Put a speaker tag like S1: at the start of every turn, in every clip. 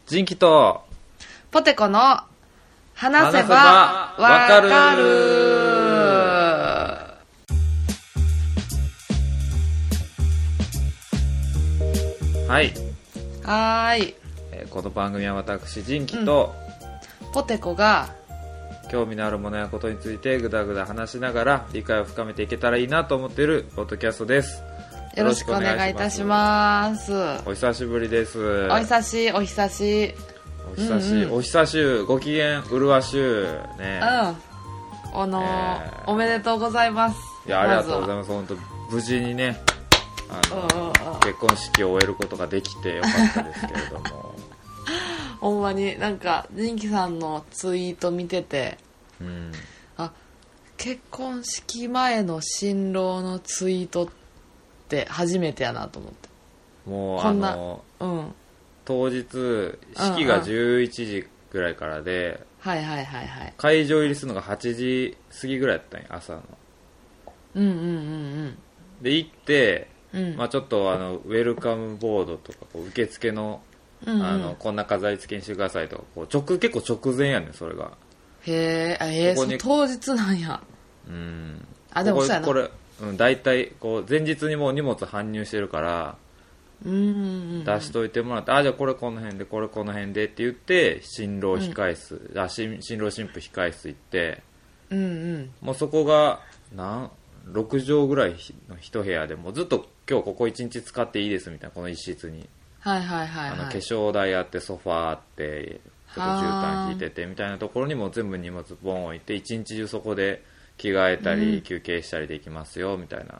S1: ジンキと
S2: ポテコの話せばわかる。
S1: はい、
S2: はーい、
S1: この番組は私ジンキと、
S2: ポテコが
S1: 興味のあるものやことについてぐだぐだ話しながら理解を深めていけたらいいなと思っているポッドキャストです。
S2: よろしくお願いいたします。
S1: お久しぶりです。
S2: お久し
S1: お久しご機嫌うるわしゅうね。
S2: おめでとうございます。
S1: いや、ありがとうございます。本当無事にね結婚式を終えることができてよかったですけれども
S2: ほんまになんかジンキさんのツイート見てて、結婚式前の新郎のツイートって初めてやなと思って。
S1: もう
S2: こんな
S1: 当日式が11時ぐらいからで、会場入りするのが8時過ぎぐらいだったんや、朝の。で行って、ちょっとウェルカムボードとか受付の、こんな飾り付けにしてくださいとか結構直前やねん、それが。
S2: 当日なんや。でもそうやな、
S1: これ大体前日にもう荷物搬入してるから出しといてもらって、じゃあこれこの辺でこれこの辺でって言って新郎控え室、新郎新婦控え室行って、もうそこが6畳ぐらいの一部屋でもうずっと今日ここ1日使っていいですみたいな、この一室に化粧台あってソファーあってちょっと絨毯引いててみたいなところにも全部荷物ボン置いて一日中そこで着替えたり休憩したりできますよみたいな。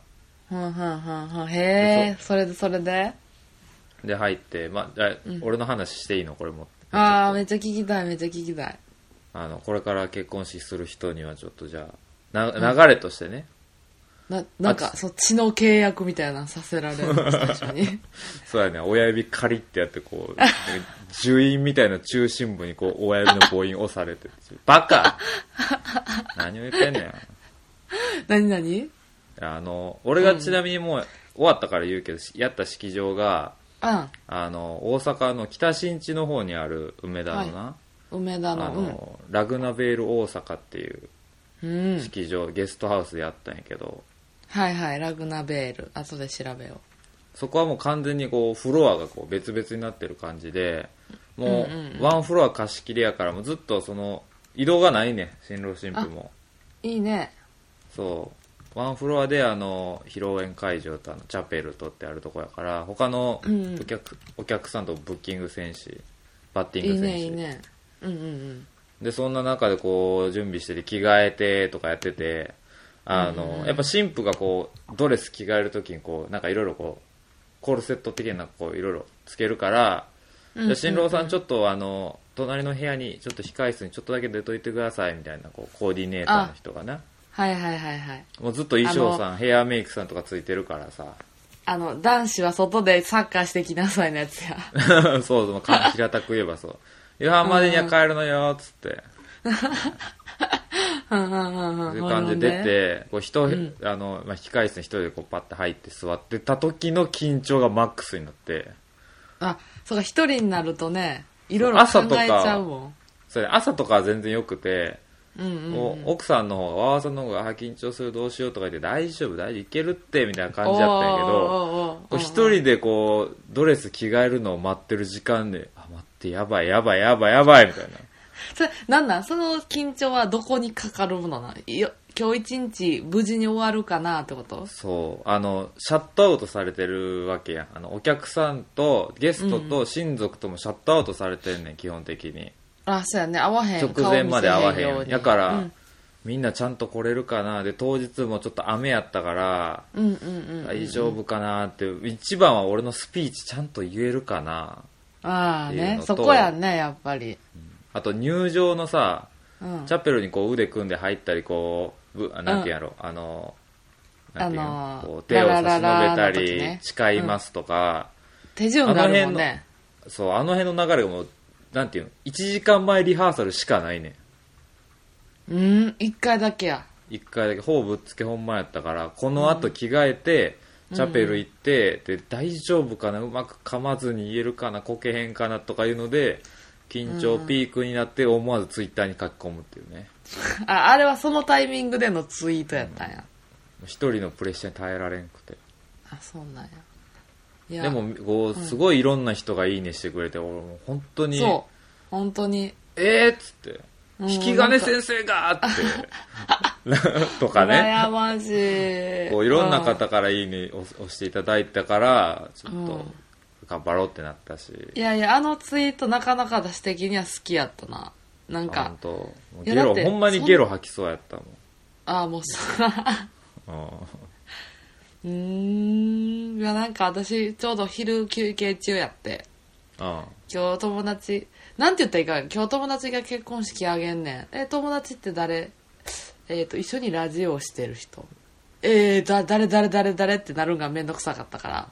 S2: それで
S1: 入って、俺の話していいのこれも。
S2: めっちゃ聞きたい。
S1: これから結婚式する人にはちょっとじゃあ流れとしてね、
S2: なんか血の契約みたいなのさせられるの最初に
S1: そうやね、親指カリってやって樹院みたいな中心部に親指の母音押されてバカ何を言ってんねん
S2: 何
S1: 俺がちなみにもう終わったから言うけど、やった式場が大阪の北新地の方にある梅田のラグナベール大阪っていう式場、ゲストハウスでやったんやけど、
S2: ラグナベール後で調べよう。
S1: そこはもう完全にフロアが別々になってる感じで、もうワンフロア貸し切りやから、もうずっと移動がないね、新郎新婦も。
S2: いいね。
S1: そうワンフロアで披露宴会場とチャペルとってあるとこやから、他のお客さんとブッキング選手、バッティング選手
S2: いいね。
S1: でそんな中で準備してて着替えてとかやってて、やっぱ新婦がドレス着替えるときになんかいろいろコルセット的ないろいろつけるから、新郎さんちょっと隣の部屋にちょっと控室にちょっとだけ出といてくださいみたいなコーディネーターの人がね、もうずっと衣装さんヘアメイクさんとかついてるからさ、
S2: 男子は外でサッカーしてきなさいのやつや
S1: そう平たく言えばそう夕飯までには帰るのよっつってそういう感じで出て控室に一人でパッて入って座ってた時の緊張がマックスになって、
S2: そうか、一人になるとねいろいろ考えちゃうもん。
S1: 朝とかは全然よくて、奥さんの方がわーさんの方が緊張するどうしようとか言って大丈夫いけるってみたいな感じだったんやけど、一人でドレス着替えるのを待ってる時間で待ってやばいみたいな。
S2: その緊張はどこにかかるものなの？今日一日無事に終わるかなってこと？
S1: そうシャットアウトされてるわけやん。お客さんとゲストと親族ともシャットアウトされてんねん、基本的に。
S2: そうやね、会わへん、
S1: 直前まで会わへんやから、みんなちゃんと来れるかなで、当日もちょっと雨やったから大丈夫かなって、一番は俺のスピーチちゃんと言えるかなっていうのと、
S2: そこやね、やっぱり。
S1: あと入場のさ、チャペルに腕組んで入ったりなんてやろ手を差し伸べたり誓いますとか、
S2: 手順があるもんね。
S1: そう、あの辺の流れがもうなんていうの、1時間前リハーサルしかないね
S2: ん。1回だけや。
S1: 1回だけほぼぶっつけ本番やったから、この後着替えてチャペル行って、で大丈夫かな、うまく噛まずに言えるかな、こけへんかなとかいうので緊張ピークになって思わずツイッターに書き込むっていうね。
S2: あれはそのタイミングでのツイートやったんや。
S1: 一人のプレッシャーに耐えられんくて。
S2: あ、そうなんや。いや
S1: でもこうすごいいろんな人がいいねしてくれて、俺も本当に
S2: そう本当に
S1: っつって引き金先生がってとかね、
S2: 羨ましい。
S1: こういろんな方からいいね押していただいたからちょっと頑張ろうってなったし、
S2: いやいや、あのツイートなかなか私的には好きやったな。なんか
S1: ゲロ、ほんまにゲロ吐きそうやったもん。
S2: あ、もういや、なんか私ちょうど昼休憩中やって、今日友達なんて言ったらいいか、今日友達が結婚式あげんねん。友達って誰？一緒にラジオをしてる人。誰ってなるんがめんどくさかったから。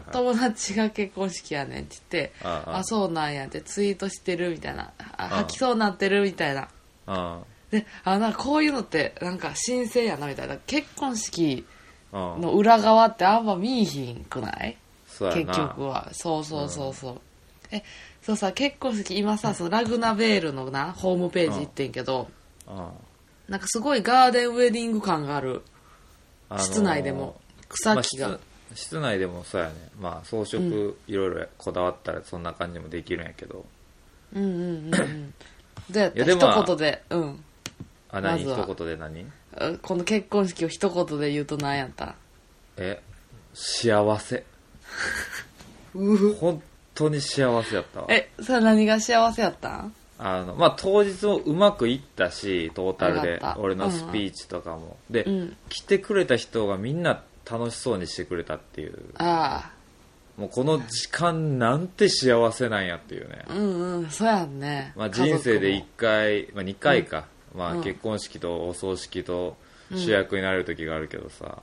S2: 友達が結婚式やねんって言って、あ、そうなんやってツイートしてるみたいな。吐きそうなってるみたいな。で、なんかこういうのってなんか新鮮やなみたいな。結婚式の裏側ってあんま見いひんくない？結局は。そう。そうさ、結婚式今さ、そのラグナベールのなホームページ行ってんけど、なんかすごいガーデンウェディング感がある。室内でも草木が、
S1: 室内でもそうやね。まあ装飾いろいろこだわったらそんな感じもできるんやけど、
S2: どうやった？一言で
S1: 何、一言で何？
S2: この結婚式を一言で言うと何やった？
S1: 幸せ本当に幸せやったわ。
S2: それ何が幸せやったん？
S1: まあ、当日もうまくいったし、トータルで俺のスピーチとかも、で、来てくれた人がみんな楽しそうにしてくれたっていう、もうこの時間なんて幸せなんやっていうね。
S2: そうやんね。
S1: まあ、人生で1回、まあ、2回か、まあ、結婚式とお葬式と主役になれる時があるけどさ、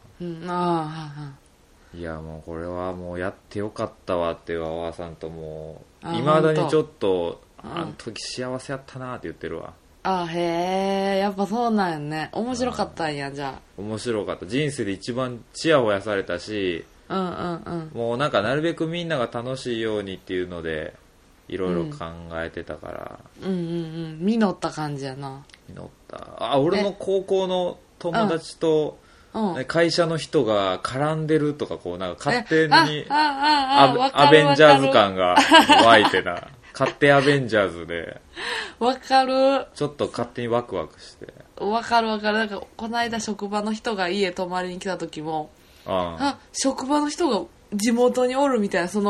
S1: いやもうこれはもうやってよかったわっていうわわさんともういまだにちょっとあの時幸せやったなって言ってるわ。
S2: へえ、やっぱそうなんやね。面白かったんや。じゃあ
S1: 面白かった。人生で一番チヤホヤされたし、もうなんかなるべくみんなが楽しいようにっていうのでいろいろ考えてたから、
S2: 実った感じやな。
S1: 実った。俺も高校の友達と会社の人が絡んでるとか、こうなんか勝手にアベンジャーズ感が湧いてな勝手アベンジャーズで
S2: わかる。
S1: ちょっと勝手にワクワクして。
S2: わかる。なんかこの間職場の人が家泊まりに来た時も、職場の人が地元におるみたいな、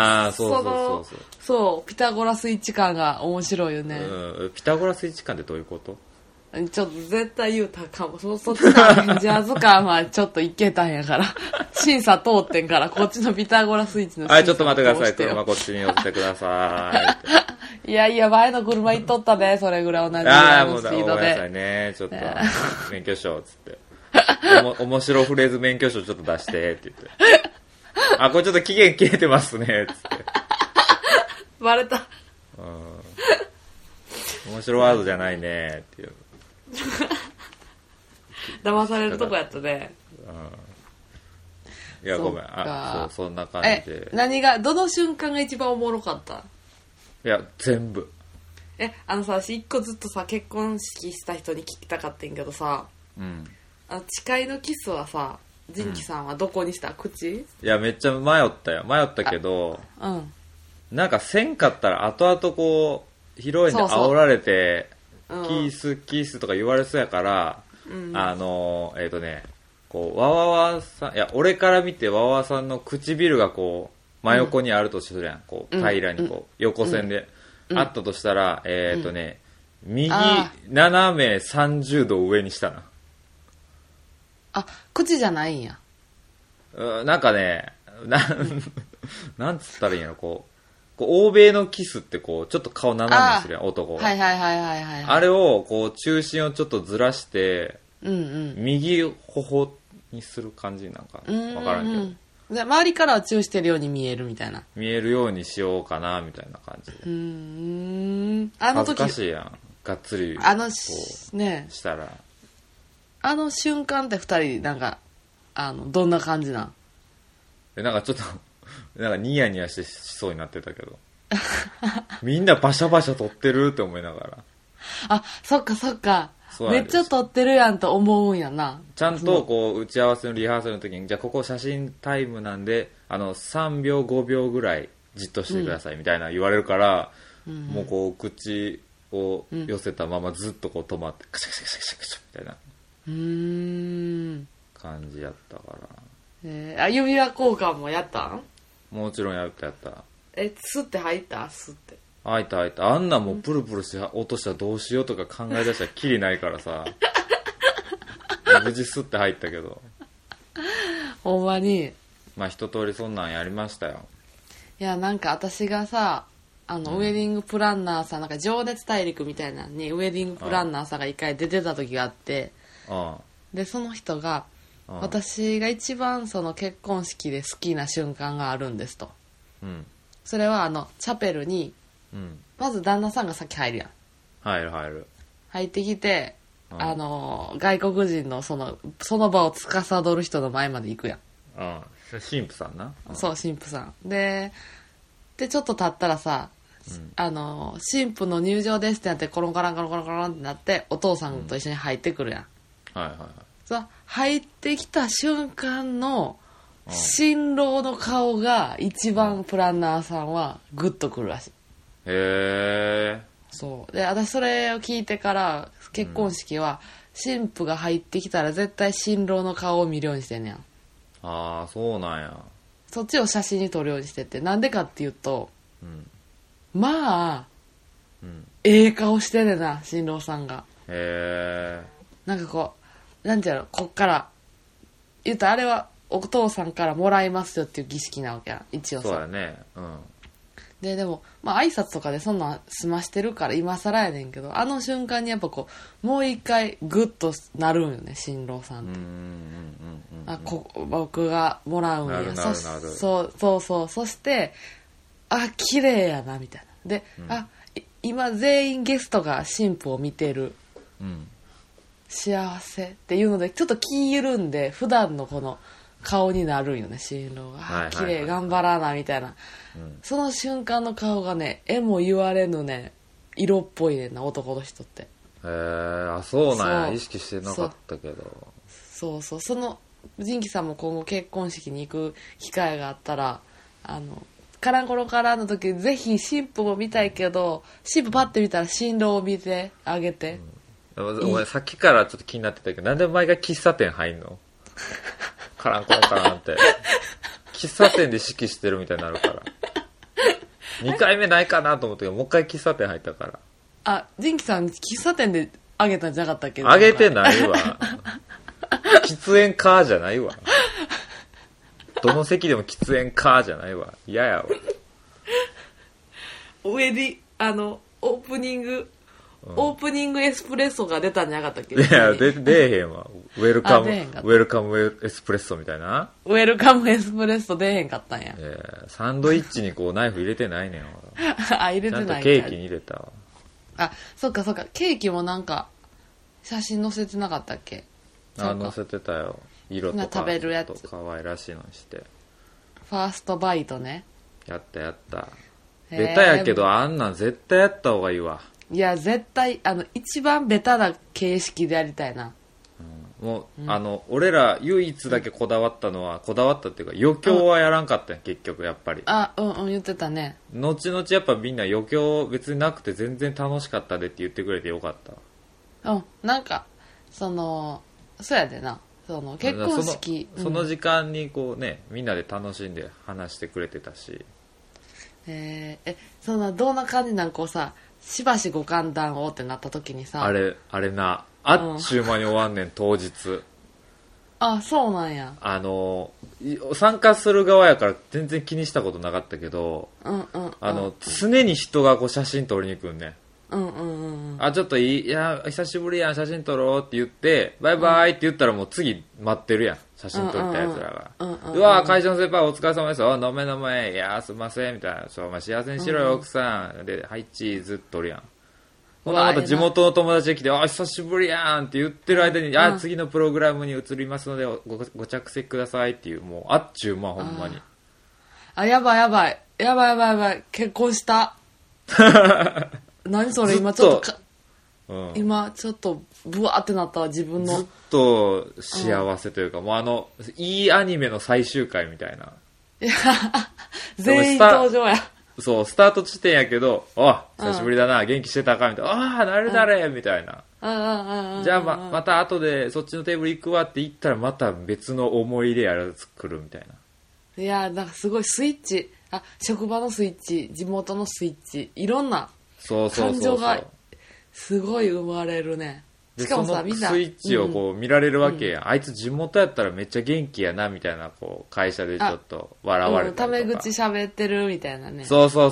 S2: そうピタゴラスイッチ感が面白いよね。
S1: ピタゴラスイッチ感ってどういうこと？
S2: ちょっと絶対言うたかも。そっちのジャズ感はちょっといけたんやから審査通ってんから、こっちのピタゴラスイッチの審査
S1: ちょっと待ってください。車こっちに寄ってくださ
S2: い。いや前の車行っとったね。それぐらい同じぐらいのスピードで。
S1: ごめんなさいね。ちょっと免許証つって面白フレーズ免許証ちょっと出してって言ってこれちょっと期限切れてますねつって
S2: バレた。
S1: 面白ワードじゃないねっていう
S2: 騙されるとこやったね。
S1: いやごめん。そんな感じで。
S2: 何がどの瞬間が一番おもろかった？
S1: いや全部。
S2: 私一個ずっとさ結婚式した人に聞きたかったんけどさ、誓いのキスはさ、仁キさんはどこにした？口？
S1: いやめっちゃ迷ったけど、なんかせんかったら後々こう披露宴で煽られてキースとか言われそうやから、こうわわわさん、いや俺から見てわわわさんの唇がこう真横にあるとするやん、こう平らにこう横線であったとしたら、右斜め30度上にしたな。
S2: 口じゃないんや。
S1: なんかね、なんつったらいいんやろ、こう欧米のキスってこうちょっと顔斜めにするやん、男は。あれをこう中心をちょっとずらして、右頬にする感じなんかわからんけど。
S2: で周りからはチューしてるように見えるみたいな。
S1: 見えるようにしようかなみたいな感じで。恥ずかしいやん、がっつりこうしたら。
S2: 瞬間って2人なんかどんな感じなん？
S1: なんかちょっとなんかニヤニヤしそうになってたけどみんなバシャバシャ撮ってるって思いながら、
S2: あ、そっかそっか、めっちゃ撮ってるやんと思うんやな。
S1: ちゃんとこう打ち合わせのリハーサルの時に、じゃあここ写真タイムなんで3秒5秒ぐらいじっとしてくださいみたいな言われるから、もうこう口を寄せたままずっとこう止まってカシャカシャカシャカシャカシャみたいな感じやったから。
S2: 指輪交換もやったん？
S1: もちろんやった。
S2: スって入った？スって
S1: 開いた。あんなもうプルプルして落としたらどうしようとか考え出したらキリないからさ無事スって入ったけど。
S2: ほんまに。
S1: まあ一通りそんなんやりましたよ。
S2: いや、なんか私がさ、ウェディングプランナーさん、なんか情熱大陸みたいなのにウェディングプランナーさんが一回出てた時があって、でその人が私が一番その結婚式で好きな瞬間があるんですと、それはチャペルに、まず旦那さんが先入るやん。入ってきて、外国人のその場を司る人の前まで行くやん。
S1: 神父さんな。
S2: そう、神父さんでちょっと経ったらさ、神父の入場ですってなってコロンカランってなってお父さんと一緒に入ってくるやん。そう入ってきた瞬間の新郎の顔が一番プランナーさんはグッとくるらしい。そうで、私それを聞いてから結婚式は新婦が入ってきたら絶対新郎の顔を見るようにしてんねやん。
S1: そうなんや。
S2: そっちを写真に撮るようにしてて、なんでかっていうと、まあ、ええ顔してるな、新郎さんが。なんかこう、なんていうの、こっから言うとあれはお父さんからもらいますよっていう儀式なわけやん、一応さ。
S1: そうやね。
S2: でもまあ挨拶とかでそんなん済ましてるから今更やねんけど、あの瞬間にやっぱこうもう一回グッとなるんよね、新郎さんって。僕がもらうんや。そうそして綺麗やなみたいなで、今全員ゲストが新婦を見てる、幸せっていうのでちょっと気緩んで普段のこの顔になるんよね、新郎が。綺麗、頑張らなみたいな、その瞬間の顔がね、絵も言われぬね、色っぽいねんな、男の人って。
S1: そうなんや。意識してなかったけど。
S2: そのジンキさんも今後結婚式に行く機会があったら、カランコロカランの時ぜひ新婦も見たいけど、新婦パッて見たら新郎を見てあげて、
S1: お前さっきからちょっと気になってたけど、なんでお前が喫茶店入んの？カランコロカランって喫茶店で指揮してるみたいになるから2回目ないかなと思ったけど、もう一回喫茶店入ったから。
S2: ジンキさん喫茶店であげたんじゃなかったっけ？
S1: あげてないわ喫煙カーじゃないわ。どの席でも喫煙カーじゃないわ。嫌やわ。
S2: 上でオープニングエスプレッソが出たんじゃなかったっけ？
S1: いや、出えへんわ。ウェルカムエスプレッソみたいな。
S2: ウェルカムエスプレッソ出えへんかったんや。
S1: サンドイッチにこうナイフ入れてないねん。
S2: 入れてない。
S1: ちゃんとケーキに入れたわ。
S2: そっか。ケーキもなんか写真載せてなかったっけ？
S1: 載せてたよ。色とか
S2: 食べるやつ、
S1: 可愛らしいのにして
S2: ファーストバイトね。
S1: やったベタやけど、あんなん絶対やった方がいいわ。
S2: いや絶対一番ベタな形式でやりたいな。
S1: もう、俺ら唯一だけこだわったっていうか余興はやらんかったん、結局やっぱり。
S2: 言ってたね。
S1: 後々やっぱみんな余興別になくて全然楽しかったでって言ってくれてよかった。
S2: なんかそうやでな、結婚式
S1: その時間にこうね、みんなで楽しんで話してくれてたし。
S2: どんな感じなん？こうさ、しばしご歓談をってなった時にさ、
S1: あれな、あっちゅう間に終わんねん当日。
S2: そうなんや。
S1: 参加する側やから全然気にしたことなかったけど、常に人がこう写真撮りに来るね。ちょっといや久しぶりやん、写真撮ろうって言ってバイバイって言ったらもう次待ってるやん、写真撮りたいやつらが。うわ会社の先輩お疲れ様です、飲めいやすいませんみたいな、お前幸せにしろよ奥さんで、はいチーズ撮るやん。 ほんなまた地元の友達が来て、あ、久しぶりやんって言ってる間に、あ、次のプログラムに移りますのでご着席くださいっていう、もう、あっちゅうま、ほんまに。
S2: あ、やばい。結婚した。何それ、今ちょっと今ちょっとブワーってなったわ、自分の。
S1: ずっと幸せというか、もういいアニメの最終回みたいな。
S2: いや、全員登場や。
S1: そう、スタート地点やけど、あ、久しぶりだな、元気してたかみたいな、ああ、誰みたいな。じゃあまた後でそっちのテーブル行くわって言ったら、また別の思い入れやる来るみたいな。
S2: いや、なんかすごいスイッチ、職場のスイッチ、地元のスイッチ、いろんな感情がすごい生まれるね。
S1: しかもさ、みんなスイッチをこう見られるわけや、あいつ地元やったらめっちゃ元気やなみたいな、こう会社でちょっと笑われたりとか、
S2: タメ口喋ってるみたいなね。
S1: そうあ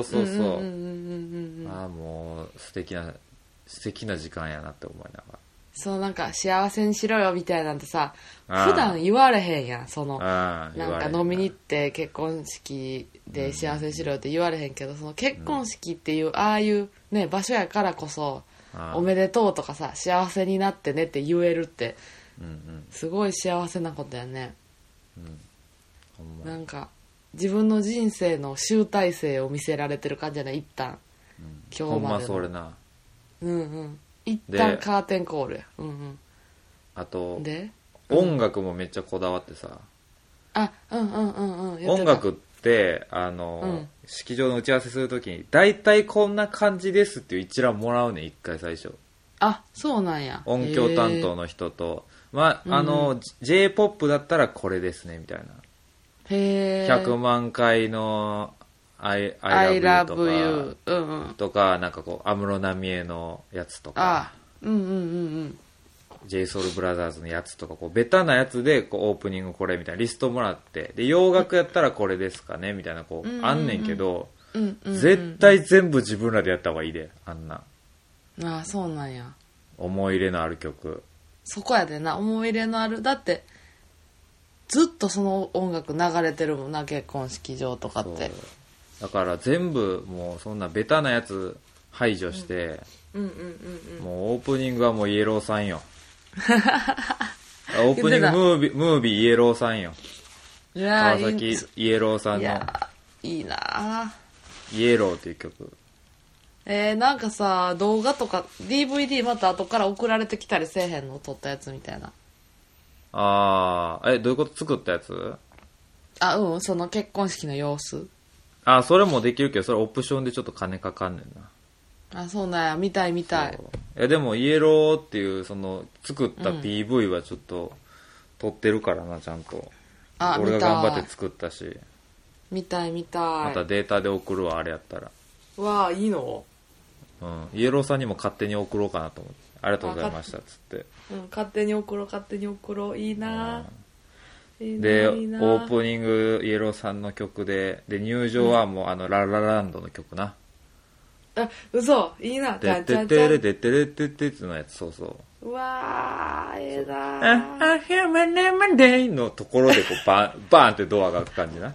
S1: あ、もう素敵な時間やなって思いながら。
S2: そう、なんか幸せにしろよみたいなんてさ、普段言われへんやん。なんか飲みに行って結婚式で幸せにしろよって言われへんけど、その結婚式っていう、ああいうね、場所やからこそ、おめでとうとかさ、幸せになってねって言えるって、すごい幸せなことやね。なんか自分の人生の集大成を見せられてる感じじゃない、一旦、今日までの。ほんまそれな。一旦カーテンコールや。
S1: あと音楽もめっちゃこだわってさ、音楽って式場の打ち合わせするときに大体こんな感じですっていう一覧もらうねん、一回最初。
S2: あ、そうなんや。
S1: 音響担当の人と、J-POP だったらこれですねみたいな。100万回のI love you とか、なんかこう安室奈美恵のやつとか、JSOULBROTHERS のやつとか、こうベタなやつでこうオープニングこれみたいなリストもらって、で洋楽やったらこれですかねみたいな、こうあんねんけど、絶対全部自分らでやった方がいいで、あんな。
S2: ああ、そうなんや。
S1: 思い入れのある曲、そ
S2: こやでな、思い入れのある。だってずっとその音楽流れてるもんな、結婚式場とかって。
S1: だから全部もうそんなベタなやつ排除して、もうオープニングはもうイエローさんよ。オープニングムービーイエローさんよ。川崎イエローさんの。
S2: いいな
S1: イエローっていう曲。
S2: なんかさ、動画とか DVD また後から送られてきたりせえへんの、撮ったやつみたいな。
S1: どういうこと？作ったやつ？
S2: その結婚式の様子。
S1: それもできるけど、それオプションでちょっと金かかんねんな。
S2: そうなんや。見たい。
S1: でもイエローっていうその作った PV はちょっと撮ってるからな、ちゃんと。俺が頑張って作ったし。
S2: 見たい。
S1: またデータで送るわ、あれやったら。
S2: わあ、いいの？
S1: イエローさんにも勝手に送ろうかなと思って。ありがとうございましたっつって。
S2: 勝手に送ろう。いいな。
S1: で、オープニングイエローさんの曲で、入場はもうララランドの曲な。
S2: 嘘、いいな。
S1: でててれててれてててのやつ、そうそう。
S2: うわー、ええな
S1: ー。あ、here my name and day のところでこうバーンってドアが開く感じな。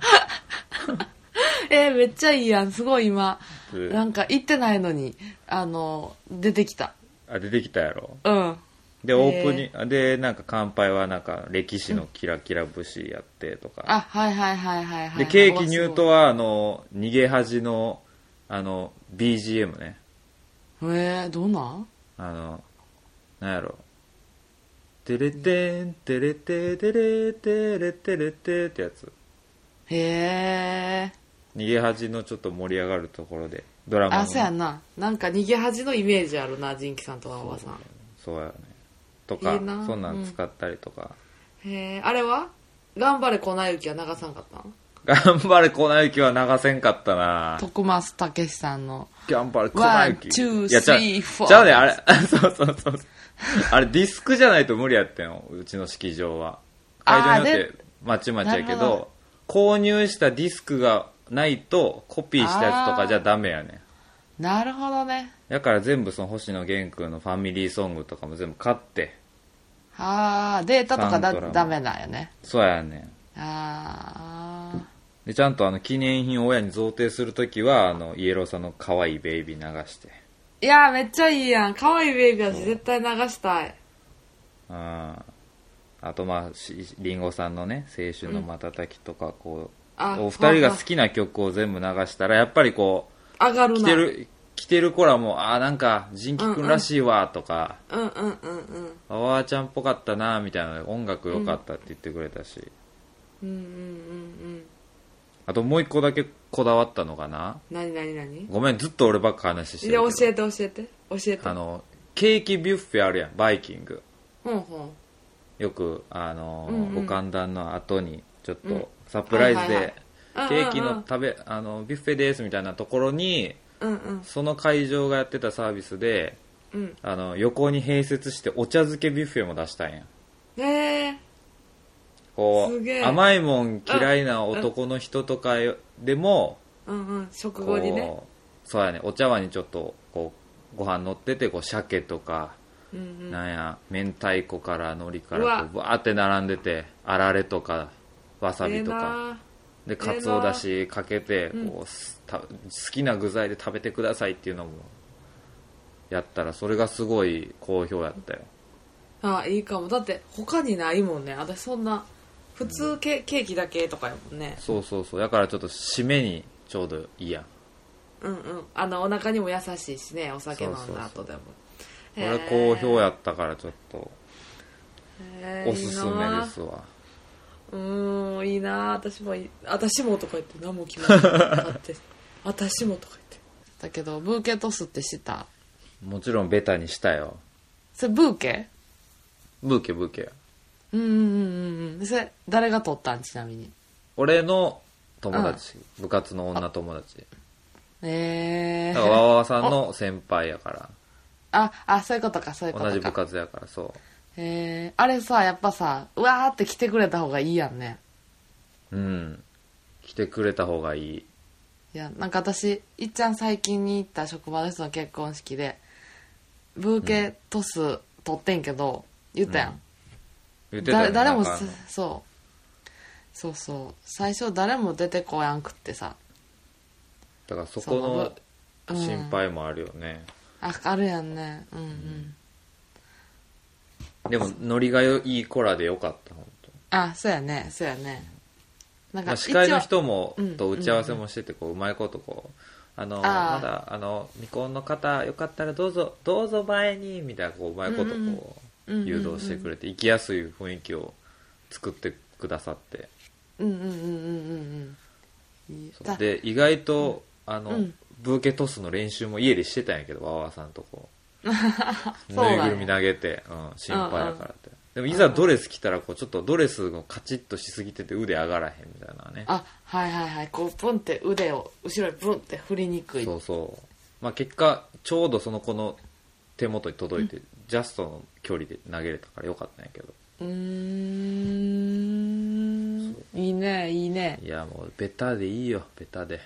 S2: めっちゃいいやん。すごい今、なんか行ってないのに、出てきた。
S1: 出てきたやろ。
S2: で、
S1: オープニングで、なんか乾杯はなんか歴史のキラキラ節やってとか。
S2: はい。
S1: で、ケーキ入刀は逃げ恥のBGM ね。
S2: どうなん？
S1: なんやろ。テレテンテレテテレテレテレテってやつ。逃げ恥のちょっと盛り上がるところでドラマの。
S2: そうやな。なんか逃げ恥のイメージあるな、ジンキさんとかおばさん。
S1: そうやね。とか、そんなん使ったりとか。
S2: あれは頑張れ粉雪は流さんかったん？
S1: 頑張れ粉雪は流せんかったな。
S2: 徳増武さんの
S1: 頑張れ粉雪。
S2: 1、2、3、4。
S1: ちゃうね、あれ。そうあれディスクじゃないと無理やってんの、うちの式場は。会場によってまちまちやけど、購入したディスクがないとコピーしたやつとかじゃダメやね。
S2: なるほどね。
S1: だから全部その星野源君のファミリーソングとかも全部買って。
S2: データとかダメなんよね。
S1: そうやね。で、ちゃんと記念品を親に贈呈するときはイエローさんの可愛いベイビー流して。
S2: いやめっちゃいいやん。可愛いベイビーは絶対流したい。
S1: あとまあリンゴさんのね青春の瞬きとかこう、お二人が好きな曲を全部流したらやっぱりこう
S2: 上がるな。
S1: 来てる子らもなんか仁キ君らしいわとか、あわあちゃんっぽかったなみたいな、音楽良かったって言ってくれたし、あともう一個だけこだわったのかな。
S2: 何
S1: ごめんずっと俺ばっか話してるけど。
S2: 教えて
S1: ケーキビュッフェあるやん、バイキング。よくご歓談の後にちょっとサプライズでケーキのビュッフェですみたいなところに、その会場がやってたサービスで、横に併設してお茶漬けビュッフェも出したんや。こう甘いもん嫌いな男の人とかでも、
S2: 食後にね、
S1: そうやね、お茶碗にちょっとこうご飯乗ってて、こう鮭とか、なんや明太子から海苔からこうバーって並んでて、あられとかわさびとかでかつおだしかけてこう、好きな具材で食べてくださいっていうのもやったら、それがすごい好評やったよ。
S2: いいかも。だって他にないもんね。私そんな普通ケーキだけとかやもんね。
S1: そうだからちょっと締めにちょうどいいやん。
S2: お腹にも優しいしね、お酒飲んだ後でも。
S1: これ好評やったからちょっとおすすめですわ。
S2: いいな。私もとか言って何も決まってなって私もとか言ってだけど、ブーケトスって知った？
S1: もちろんベタにしたよ。
S2: それブーケ
S1: や。
S2: それ誰が取ったん？ちなみに
S1: 俺の友達、部活の女友達。だからわわさんの先輩やから。
S2: そういうことか。
S1: 同じ部活やから。そう。
S2: あれさ、やっぱさ、うわーって来てくれた方がいいやんね。
S1: 来てくれた方がいい。
S2: いや、なんか私いっちゃん最近に行った職場の人の結婚式でブーケトス取ってんけど、言ったやん。
S1: 言ってたよね。
S2: 誰もそう最初誰も出てこやんくってさ。
S1: だからそこの心配もあるよね。
S2: あるやんね。
S1: でもノリがいい子らでよかった。本
S2: 当。そうやね。なんか
S1: 司会の人もと打ち合わせもしてて、こううまいことこうまだ未婚の方よかったらどうぞ前にみたいな、こううまいことこう誘導してくれて、行きやすい雰囲気を作ってくださって。で意外とブーケトスの練習も家でしてたんやけど、わわさんとこうぬいぐるみ投げて、心配やからって。でもいざドレス着たらこうちょっとドレスがカチッとしすぎてて腕上がらへんみたいなね。
S2: こうプンって腕を後ろにプンって振りにくい。
S1: まあ結果ちょうどその子の手元に届いて、ジャストの距離で投げれたからよかったんやけど。
S2: いいね。
S1: いやもうベタでいいよ、ベタで。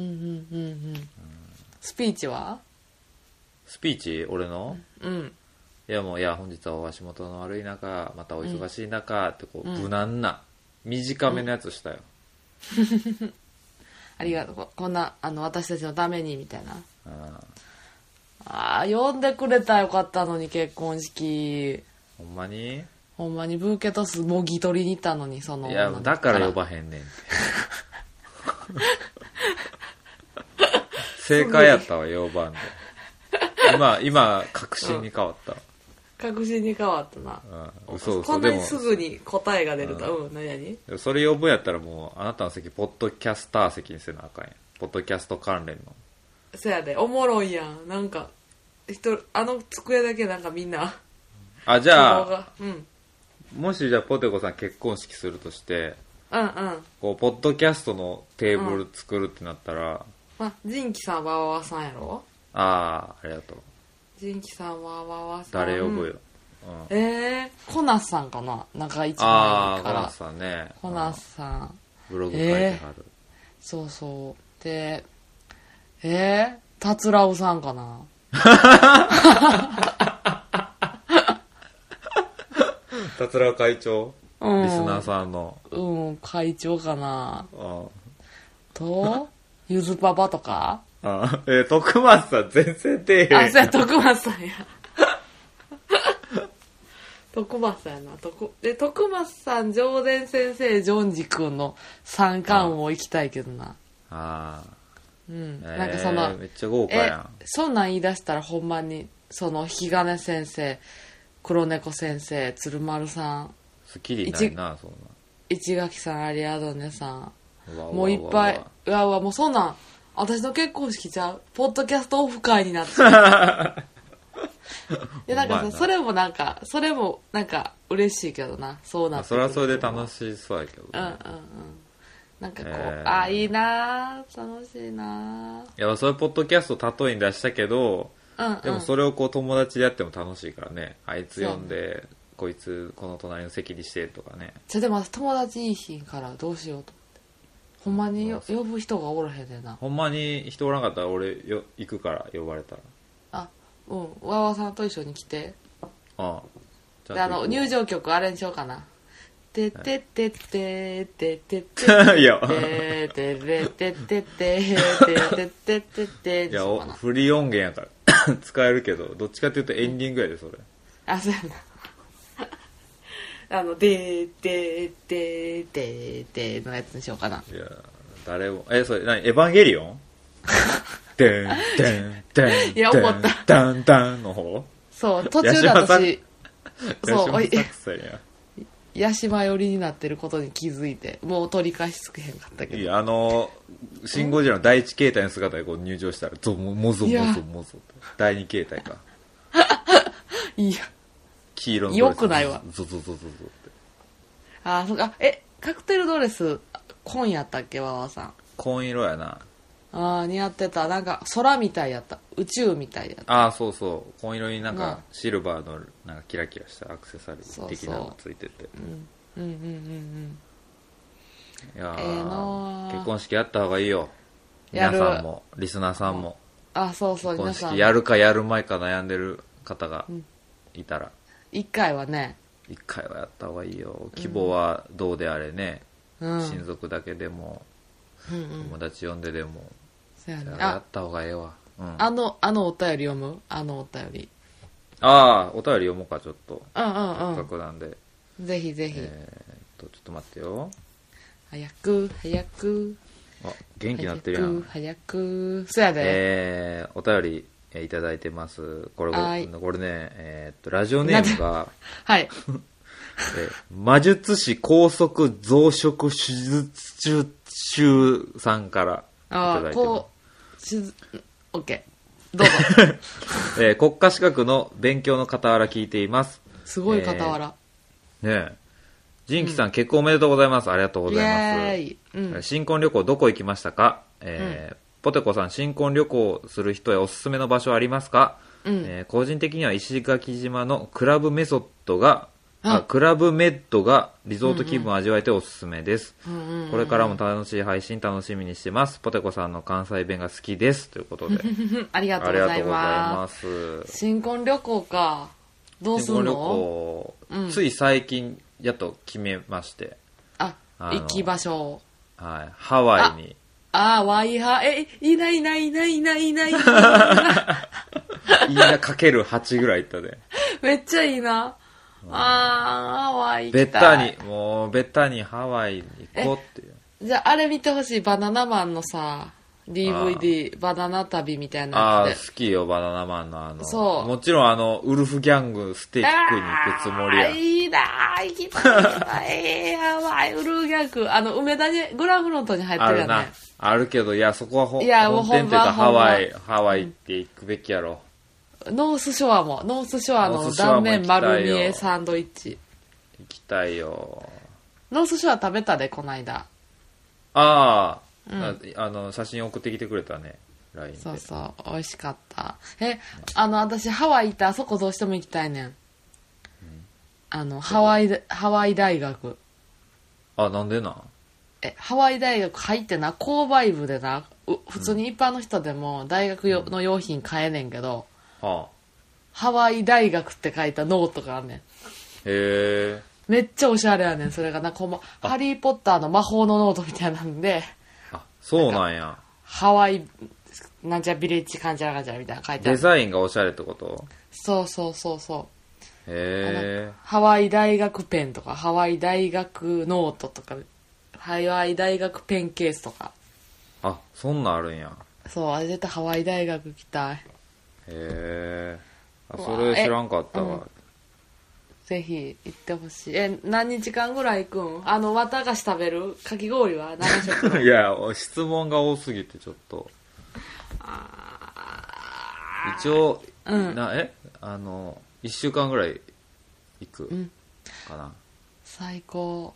S2: スピーチは？
S1: スピーチ俺の？いやもう、本日はお足元の悪い中、またお忙しい中ってこう無難な短めのやつしたよ。
S2: ありがとう。こんな私たちのためにみたいな。呼んでくれたらよかったのに、結婚式。
S1: ほんまに
S2: ブーケトスもぎ取りに行ったのに、い
S1: やだから呼ばへんねんって。正解やったわ、呼ばんで。今確信に変わった。
S2: 確信に変わったな。
S1: 嘘
S2: こんなにすぐに答えが出ると。何
S1: それ呼ぶんやったらもうあなたの席ポッドキャスター席にせなあかんやん。ポッドキャスト関連の。
S2: そやで、おもろいやん。なんか机だけなんかみんな
S1: じゃあ、もしじゃあポテコさん結婚式するとして、こうポッドキャストのテーブル作るってなったら、
S2: 仁キさんわわさんやろ。
S1: ありがとう。
S2: 仁キさんわわさん
S1: 誰呼ぶよ。
S2: コナスさんかな。なんか一番いいから。
S1: コナスさんね。
S2: コナスさん
S1: ブログ書いてはる。
S2: そうで、達郎さんかな。
S1: 達郎会長、リスナーさんの
S2: 会長かな。とゆずパパとか。
S1: 徳松さん全然出えへん。
S2: そうや、徳松さんや。徳松さんやな。徳松さん、上田先生、ジョンジ君の三冠を行きたいけどな。うん。なんかその、
S1: めっちゃ豪華やん。
S2: そんなん言い出したらほんまに、引き金先生、黒猫先生、鶴丸さん。
S1: スッキリないな、そんな。
S2: 市垣さん、アリアドネさん。もういっぱい。うわ、もうそんなん、私の結婚式ちゃう。ポッドキャストオフ会になってる。でなんかさ、それもなんか嬉しいけどな、そうなってくる。
S1: それはそれで楽しそうやけど、ね、
S2: なんかこう、いいな楽しいない
S1: や、それポッドキャスト例えに出したけど、でもそれをこう友達でやっても楽しいからね。あいつ呼んで、こいつこの隣の席にしてとかね。
S2: でも友達いい日からどうしようと思って。ほんまに呼ぶ人がおらへんねんな。
S1: ほんまに人おらんかったら俺行くから、呼ばれたら。
S2: わわさんと一緒に来て。で入場曲あれにしようかな。てってってってってってって
S1: いや
S2: てってってってってってって
S1: いやフリー音源やから使えるけど、どっちかっていうとエンディングやでそれ。
S2: そうやな。でのやつにしようかな。
S1: いや誰もそれ何エヴァンゲリオンでんでんでん
S2: いや思った
S1: ダンダンの方。
S2: そう途中で私八島寄りになってることに気づいて、もう取り返しつけへんかったけど。
S1: いやシン・ゴジラの第一形態の姿でこう入場したらもぞ第二形態か。
S2: いや
S1: 黄色の
S2: よくないわ。
S1: ゾゾゾゾゾって
S2: そうか。カクテルドレス紺やったっけ、わわさん。
S1: 紺色やな。
S2: 似合ってた。なんか空みたいやった。宇宙みたいやった。
S1: そうそう紺色になんかシルバーのなんかキラキラしたアクセサリー的なのがついてて。いや結婚式やった方がいいよ。皆さんもリスナーさんも。
S2: そうそう。
S1: 結婚式やるかやるまいか悩んでる方がいたら、
S2: 一回はね、
S1: 一回はやった方がいいよ。希望はどうであれね、親族だけでも友達呼んででもやった方がええわ。
S2: あのお便り読む？お便り。
S1: お便り読もうか、ちょっと。せっかくなんで。
S2: ぜひぜひ。
S1: ちょっと待ってよ。
S2: 早く。
S1: 元気になってるやん。
S2: 早く。そやで。
S1: お便りいただいてます。これね、ラジオネームが、
S2: はい。
S1: 魔術師高速増殖手術中さんからいただいてます。
S2: OK。どうぞ。
S1: 国家資格の勉強の傍ら聞いています。
S2: すごい傍ら。
S1: ねえ。ジンキさん、結婚おめでとうございます。ありがとうございます。新婚旅行どこ行きましたか？ポテコさん、新婚旅行する人へおすすめの場所ありますか？個人的には石垣島のクラブメッドがリゾート気分を味わえておすすめです。これからも楽しい配信楽しみにしてます。ポテコさんの関西弁が好きです。ということで。
S2: ありがとうございます。新婚旅行か。どうするの？新婚
S1: 旅行、つい最近やっと決めまして。
S2: 行き場所。
S1: はい。ハワイに。
S2: ワイハ、いない。い
S1: いなかける8ぐらい行ったで。
S2: めっちゃいいな。ハワイ行
S1: きたい。ベタにハワイに行こうっていう。
S2: じゃあ、あれ見てほしい。バナナマンのさ、DVD、バナナ旅みたいなやつで。
S1: 好きよ、バナナマンのそう。もちろんウルフギャングステーキ食いに行くつもりや。
S2: いいな行きたい。やばい、ウルフギャング。梅田に、グラフロントに入ってるよね。
S1: あるけど、いや、そこは本店っていうかハワイって行くべきやろ。
S2: ノースショアの断面丸見えサンドイッチ。
S1: 行きたいよ。
S2: ノースショア食べたで、こないだ。
S1: 写真送ってきてくれたね。LINE で。
S2: そうそう、美味しかった。私ハワイ行ってあそこどうしても行きたいねん。ハワイ大学。
S1: なんでな？
S2: ハワイ大学入ってな、購買部でな、普通に一般の人でも大学の用品買えねんけど、ハワイ大学って書いたノートがあんねん。
S1: へえ。
S2: めっちゃおしゃれやねん。それがな、ハリーポッターの魔法のノートみたいなんで。
S1: そうなんや。
S2: ハワイなんちゃビレッジかんちゃらかんちゃらみたいな書いてある。
S1: デザインがおしゃれってこと？
S2: そうそうそうそう。
S1: へえ。
S2: ハワイ大学ペンとか、ハワイ大学ノートとか、ハワイ大学ペンケースとか。
S1: あ、そんなんあるんや。
S2: そう、あれ絶対ハワイ大学行きたい。
S1: へえ。あ、それ知らんかったわ。
S2: ぜひ行ってほしい。何日間ぐらい行くん？綿菓子食べる？かき氷は何食？
S1: いや、質問が多すぎてちょっと。一応、1週間ぐらい行くかな。
S2: 最高。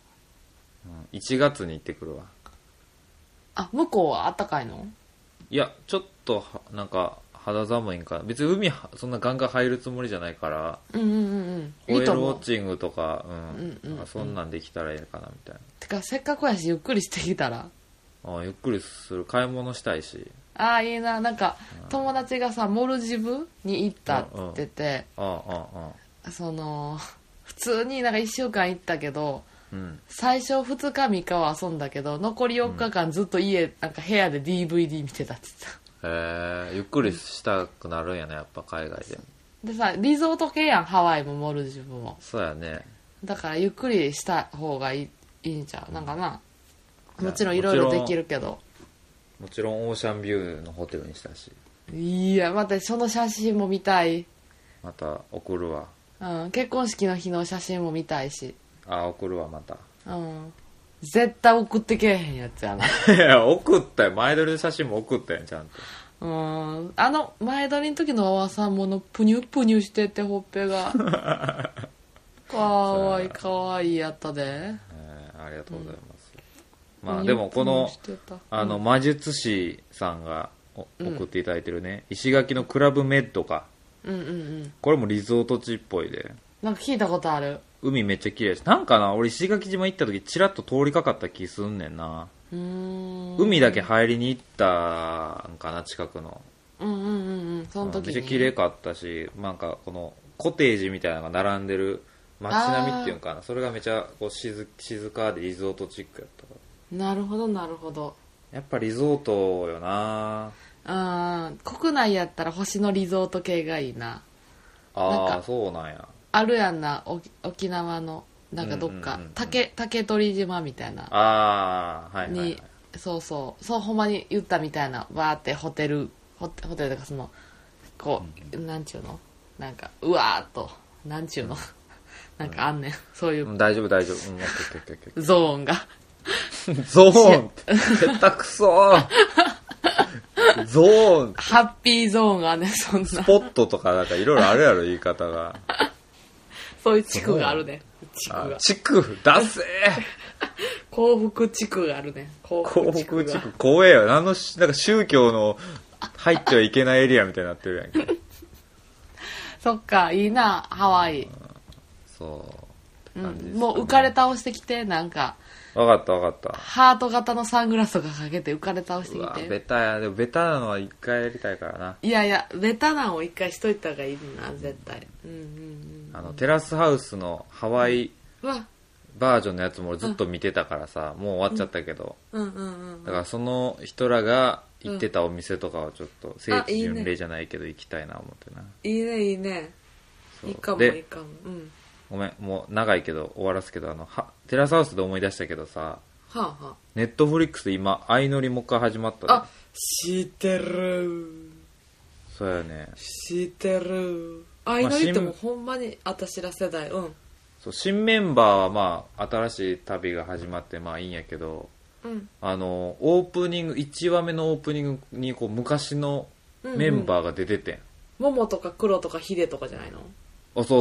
S1: 1月に行ってくるわ。
S2: あ、向こうはあったかいの？
S1: いや、ちょっとなんか肌寒いんかな。別に海そんなガンガン入るつもりじゃないから、ホエールウォッチングとか、そんなんできたらいいかなみたいな。
S2: てかせっかくやしゆっくりしてきたら。
S1: ゆっくりする。買い物したいし。
S2: ああ、いいな。なんか友達がさ、モルジブに行ったって言ってて、その普通になんか1週間行ったけど、最初2日3日は遊んだけど、残り4日間ずっとなんか部屋で DVD 見てたって言ってた。
S1: へえ、ゆっくりしたくなるんやね、やっぱ海外で。
S2: でさ、リゾート系やん、ハワイもモルジブも。
S1: そうやね。
S2: だからゆっくりした方がいいんちゃう？なんかな。もちろんいろいろできるけど。
S1: もちろんオーシャンビューのホテルにしたし。
S2: いや、待って、その写真も見たい。
S1: また送るわ。
S2: 結婚式の日の写真も見たいし。
S1: 送るわ、また。
S2: 絶対送ってけえへんやつやな。
S1: いや、送ったよ。前撮りの写真も送ったやん、ちゃん
S2: と。前撮りの時のおばさんもプニュプニュしてて、ほっぺが。かわいい、かわいいやったで。
S1: ありがとうございます。まあでもこの魔術師さんが送っていただいてるね、石垣のクラブメッドか、これもリゾート地っぽいで、
S2: なんか聞いたことある。
S1: 海めっちゃ綺麗です。なんかな、俺石垣島行った時チラッと通りかかった気すんねんな。海だけ入りに行ったんかな、近くの。その時にめっちゃ綺麗かったし、なんかこのコテージみたいなのが並んでる街並みっていうんかな、それがめちゃこう静かでリゾートチックやったから。なるほどなるほど。やっぱリゾートよな。国内やったら星野リゾート系がいいな。ああ、そうなんや。あるやんな、沖縄のなんかどっか、竹取島みたいな。にそうほんまに言ったみたいな、わーってホテルとか、そのこうなんちゅうの、なんかうわーっとなんちゅうのなんかあんねん、そういう。大丈夫ゾーンがゾーンって下手くそゾーンハッピーゾーンがね、そんなスポットとかなんかいろいろあるやろ、言い方が。そういう地区があるね。地区出せ幸福地区があるね。幸福地区怖えよ。なんか宗教の入ってはいけないエリアみたいになってるやんか。そっか、いいな、ハワイ。そう感じですかね。もう浮かれ倒してきて、なんか分かったハート型のサングラスとかかけて浮かれ倒してきて。ベタや。でもベタなのは一回やりたいからな。いやベタなのを一回しといた方がいいな、絶対。テラスハウスのハワイバージョンのやつもずっと見てたからさ、もう終わっちゃったけど、だからその人らが行ってたお店とかはちょっと聖地巡礼じゃないけど行きたいな思ってな。いいねいいかも。ごめん、もう長いけど終わらすけど、テラスハウスで思い出したけどさ、ネットフリックスで今相乗りもう一回始まったで。あ、知ってる。そうやね、知ってる。相乗りってもうほんまに私ら世代。そう、新メンバーはまあ新しい旅が始まってまあいいんやけど、オープニング1話目のオープニングにこう昔のメンバーが出ててん。モモとかクロとかヒデとかじゃないの？そう。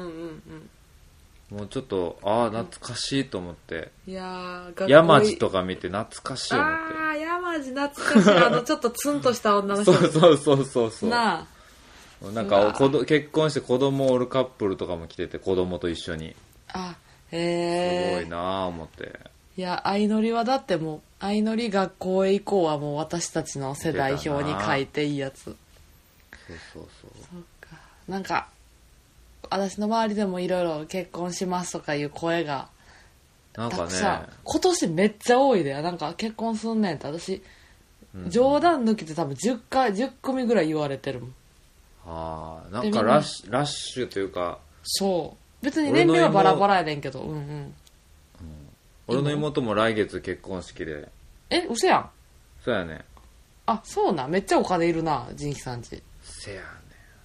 S1: もうちょっと懐かしいと思って。いやー、山地とか見て懐かしい思って。山地懐かしい。ちょっとツンとした女の人。そうなあ、なんか結婚して子供おるカップルとかも来てて、子供と一緒に。すごいなあ思って。いや、相乗りはだってもう相乗り学校へ行こうはもう私たちの世代表に書いていいやつ。そうか。なんか私の周りでもいろいろ結婚しますとかいう声がたくさん、今年めっちゃ多いで。なんか結婚すんねんって、私
S2: 冗談抜きで多分10組ぐらい言われてるもん。
S1: なんかラッシュというか、
S2: そう別に年齢はバラバラやねんけど、
S1: 俺の妹も来月結婚式で。
S2: 嘘やん。
S1: そうやね。
S2: そうな、めっちゃお金いるな、ジンキさんち。
S1: せやね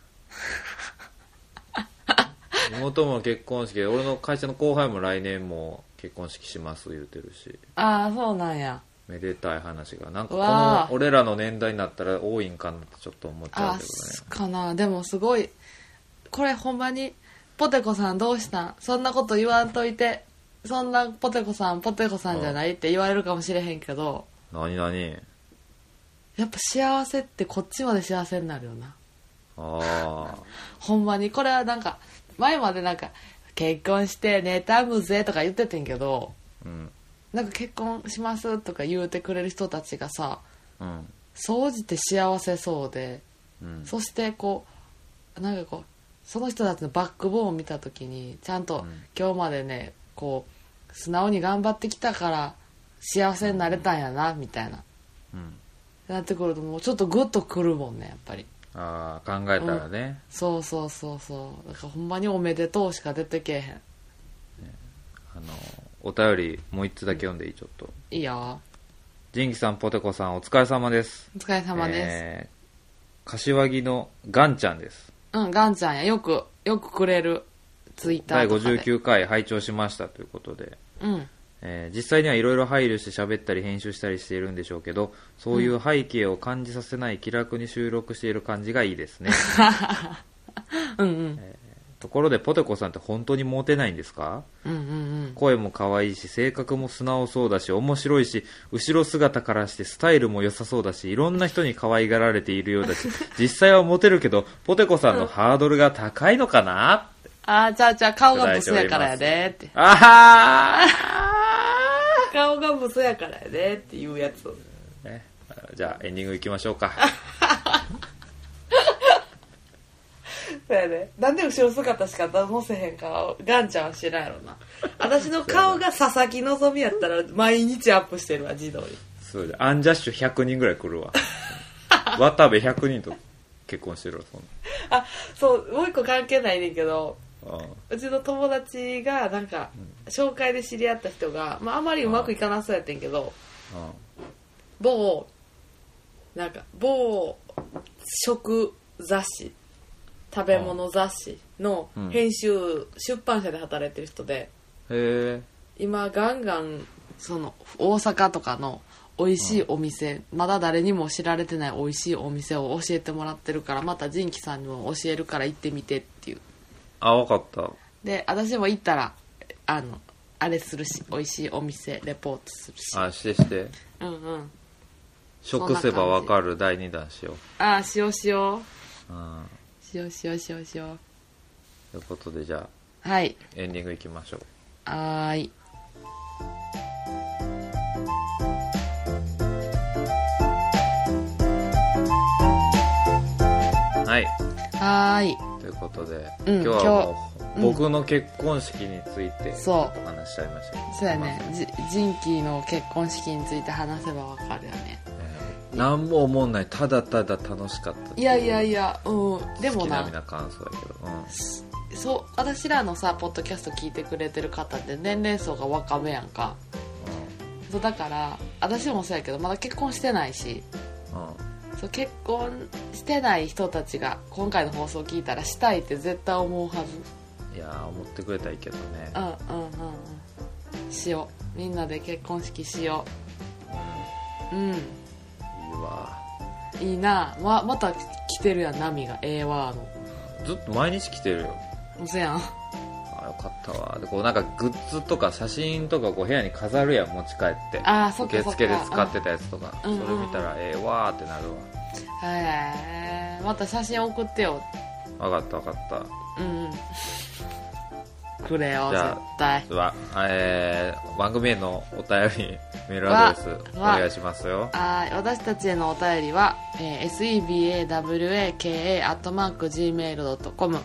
S1: 妹も結婚式で、俺の会社の後輩も来年も結婚式します言うてるし。
S2: そうなんや。
S1: めでたい話がなんかこの俺らの年代になったら多いんかなってちょっと思っちゃうけどね。
S2: かな。でもすごいこれほんまにポテコさんどうしたん、そんなこと言わんといて、そんなポテコさんじゃないって言われるかもしれへんけど、
S1: 何
S2: やっぱ幸せってこっちまで幸せになるよな。ほんまにこれはなんか前までなんか結婚して妬むぜとか言っててんけど、なんか結婚しますとか言うてくれる人たちがさ、総じて幸せそうで、そしてこうなんかこうその人たちのバックボーンを見た時にちゃんと今日までねこう素直に頑張ってきたから幸せになれたんやなみたいな、なってくるともうちょっとグッとくるもんねやっぱり。
S1: 考えたらね、
S2: そうだからほんまにおめでとうしか出てけえへん。
S1: お便りもう一つだけ読んでいい？ちょっと
S2: いいよ。
S1: ジンキさんポテコさんお疲れ様です。
S2: お疲れ様です。
S1: 柏木のガンちゃんです。
S2: ガンちゃんや。よくくれるツイッターとかで。
S1: 第59回拝聴しましたということで、実際にはいろいろ配慮して喋ったり編集したりしているんでしょうけど、そういう背景を感じさせない気楽に収録している感じがいいですね。ところでポテコさんって本当にモテないんですか？声も可愛いし性格も素直そうだし面白いし、後ろ姿からしてスタイルも良さそうだし、いろんな人に可愛がられているようだし、実際はモテるけどポテコさんのハードルが高いのかなって。
S2: じゃあ顔がブスやからやでって。顔がブスやからやでっていうやつ、
S1: じゃあエンディングいきましょうか。
S2: そうやね。なんで後ろ姿しか載せへんかガンちゃんは知らんやろな。私の顔が佐々木希やったら毎日アップしてるわ、自動に。
S1: そうじゃ、アンジャッシュ100人ぐらい来るわ。渡部100人と結婚してるわ、そんな。
S2: そう、もう一個関係ないねんけど、うちの友達がなんか紹介で知り合った人が、あまりうまくいかなそうやってんけど、某食雑誌、食べ物雑誌の編集、出版社で働いてる人で、今ガンガンその大阪とかの美味しいお店、まだ誰にも知られてない美味しいお店を教えてもらってるから、またジンキさんにも教えるから行ってみてっていう。
S1: 分かった。
S2: で私も行ったらあれするし、美味しいお店レポートするし。
S1: して食せば分かる第2弾しよう。
S2: しようしよう。
S1: ということでじゃあ、
S2: はい、
S1: エンディングいきましょう。
S2: はい。
S1: ということで、今日はもう僕の結婚式についてちょっと話しちゃいましたけど、
S2: そうやね、ジンキーの結婚式について話せばわかるよね。
S1: 何も思んない、ただただ楽しかった。
S2: いや、でもな、
S1: 好きなみな感想だけど、
S2: そう、私らのさポッドキャスト聞いてくれてる方って年齢層が若めやんか、そうだから私もそうやけどまだ結婚してないし、そう結婚してない人たちが今回の放送聞いたらしたいって絶対思うはず。
S1: いや思ってくれたらいいけどね。
S2: しよう、みんなで結婚式しよう。いい
S1: わ、
S2: いいな。また来てるやん、波がワーの
S1: ずっと毎日来てるよ。
S2: そうやん。
S1: よかったわ。でこうなんかグッズとか写真とかこう部屋に飾るやん、持ち帰って。受付で使ってたやつとか、それ見たらわーってなる
S2: わ。また写真送ってよ。
S1: 分かった。
S2: くれよ絶対。
S1: 番組へのお便りメールアドレスお願いしますよ。
S2: 私たちへのお便りは、sebawaka@gmail.com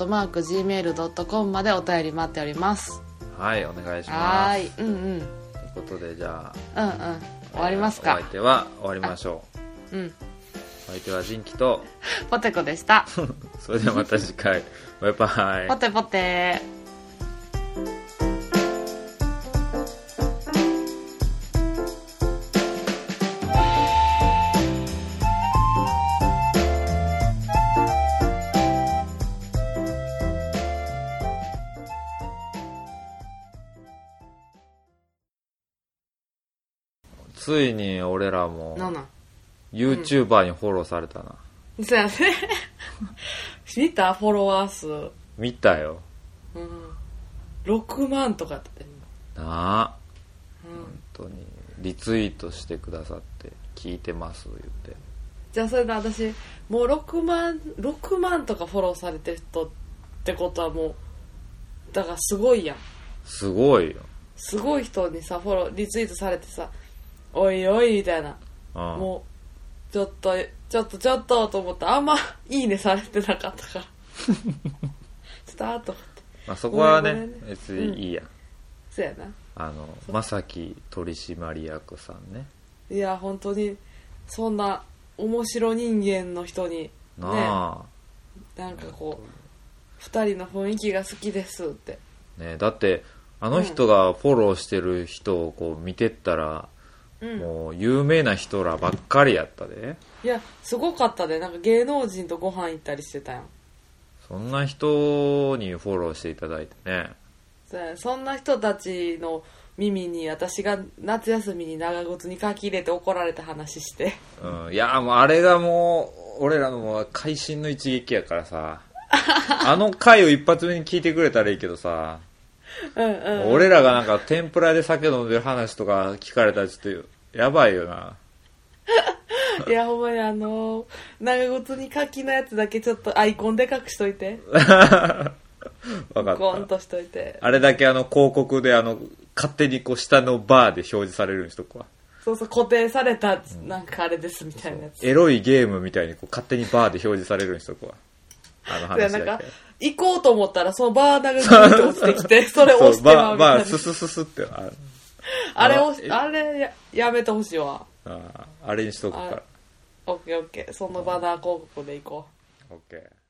S2: sebawaka@gmail.com までお便り待っております。
S1: はい、お願いします。
S2: という
S1: ことでじゃ
S2: あ終わりますか。
S1: お相手は終わりましょう。お相手はジンキと
S2: ポテコでした
S1: それではまた次回バイバイ。
S2: ポテポテ。
S1: ついに俺らも YouTuber にフォローされたな。
S2: そうやね見たフォロワー数。
S1: 見たよ。
S2: 6万とかって
S1: なあ、本当にリツイートしてくださって聞いてます言って。
S2: じゃあそれで私もう6万とかフォローされてる人ってことはもうだからすごいやん。
S1: すごいよ。
S2: すごい人にさフォローリツイートされてさ、おいおいみたいな、もうちょっとと思ったらあんまいいねされてなかったからちょっとあと思って、
S1: まあ、そこはね別にいいや、
S2: そうやな。
S1: 正木取締役さんね。
S2: いや本当にそんな面白人間の人にね、なんかこう2人の雰囲気が好きですって
S1: ね。だってあの人がフォローしてる人をこう見てったら、もう有名な人らばっかりやったで。
S2: いやすごかったで。なんか芸能人とご飯行ったりしてたやん。
S1: そんな人にフォローしていただいてね。
S2: そんな人たちの耳に私が夏休みに長靴に書き入れて怒られた話して、
S1: いやもうあれがもう俺らのもう会心の一撃やからさあの回を一発目に聞いてくれたらいいけどさ俺らがなんか天ぷらで酒飲んでる話とか聞かれたらちょっとやばいよな。
S2: いやほんまに長靴に柿のやつだけちょっとアイコンでかくしといて
S1: 分かった。
S2: ゴンとしといて、
S1: あれだけ広告で勝手にこう下のバーで表示されるようにしとくわ。
S2: そう固定されたなんかあれですみたいなやつ、
S1: エロいゲームみたいにこう勝手にバーで表示されるようにしとくわ。話だけ
S2: なんか行こうと思ったらそのバー長靴に落ちてきてそれ押してまうみたいな。
S1: バースススって
S2: あれやめてほしいわ。
S1: あれにしとくから。
S2: オッケーオッケー、そのバナー広告で行こう。
S1: オッケー。